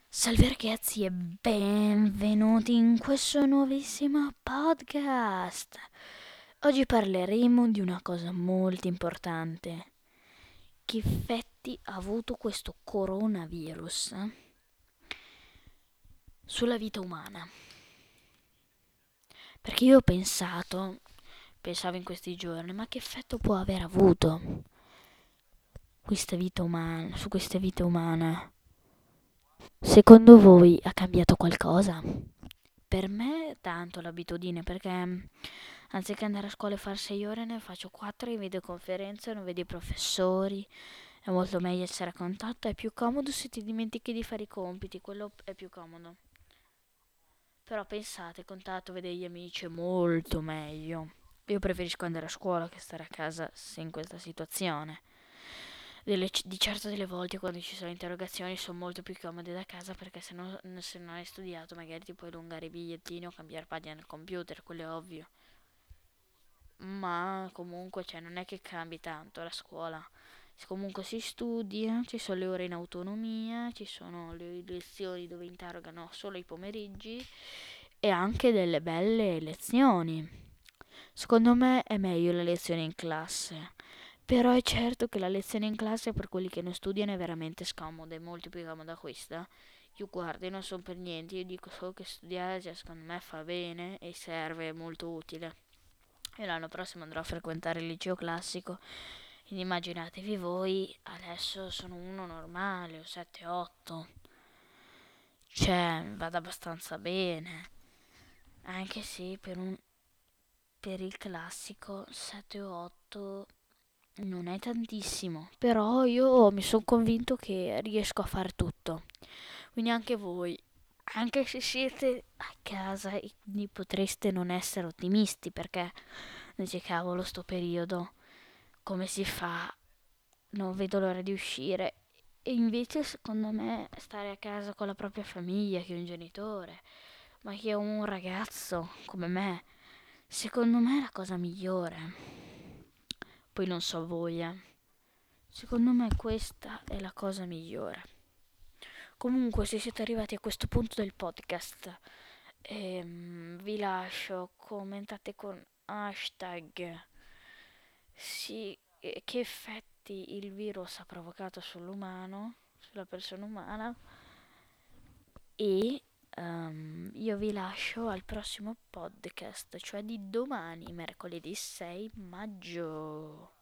Salve ragazzi e benvenuti in questo nuovissimo podcast. Oggi parleremo di una cosa molto importante. Che effetti ha avuto questo coronavirus sulla vita umana? Perché io pensavo in questi giorni, ma che effetto può aver avuto questa vita umana, su questa vita umana? Secondo voi ha cambiato qualcosa? Per me tanto l'abitudine, perché anziché andare a scuola e fare 6 ore ne faccio 4 in videoconferenza, non vedi i professori, è molto meglio essere a contatto, è più comodo se ti dimentichi di fare i compiti, quello è più comodo. Però pensate, contatto, vedere gli amici è molto meglio. Io preferisco andare a scuola che stare a casa se in questa situazione. Di certo delle volte quando ci sono interrogazioni sono molto più comode da casa perché se non hai studiato magari ti puoi allungare i bigliettini o cambiare pagina nel computer, quello è ovvio. Ma comunque cioè, non è che cambi tanto la scuola. Comunque si studia, ci sono le ore in autonomia, ci sono le lezioni dove interrogano solo i pomeriggi e anche delle belle lezioni. Secondo me è meglio la lezione in classe. Però è certo che la lezione in classe per quelli che non studiano è veramente scomoda, è molto più comoda questa. Io guardo, io non so per niente, io dico solo che studiare, cioè, secondo me fa bene e serve, è molto utile. Io l'anno prossimo andrò a frequentare il liceo classico, quindi immaginatevi voi, adesso sono uno normale, o 7-8, cioè vado abbastanza bene, anche se per il classico 7 o 8 non è tantissimo, però io mi sono convinto che riesco a fare tutto. Quindi anche voi, anche se siete a casa e quindi potreste non essere ottimisti perché dice cavolo sto periodo, come si fa? Non vedo l'ora di uscire. E invece secondo me stare a casa con la propria famiglia, che è un genitore, ma che è un ragazzo come me, secondo me è la cosa migliore. Poi non so voi, eh. Secondo me questa è la cosa migliore. Comunque, se siete arrivati a questo punto del podcast, vi lascio, commentate con hashtag sì, che effetti il virus ha provocato sull'umano, sulla persona umana e io vi lascio al prossimo podcast, cioè di domani, mercoledì 6 maggio.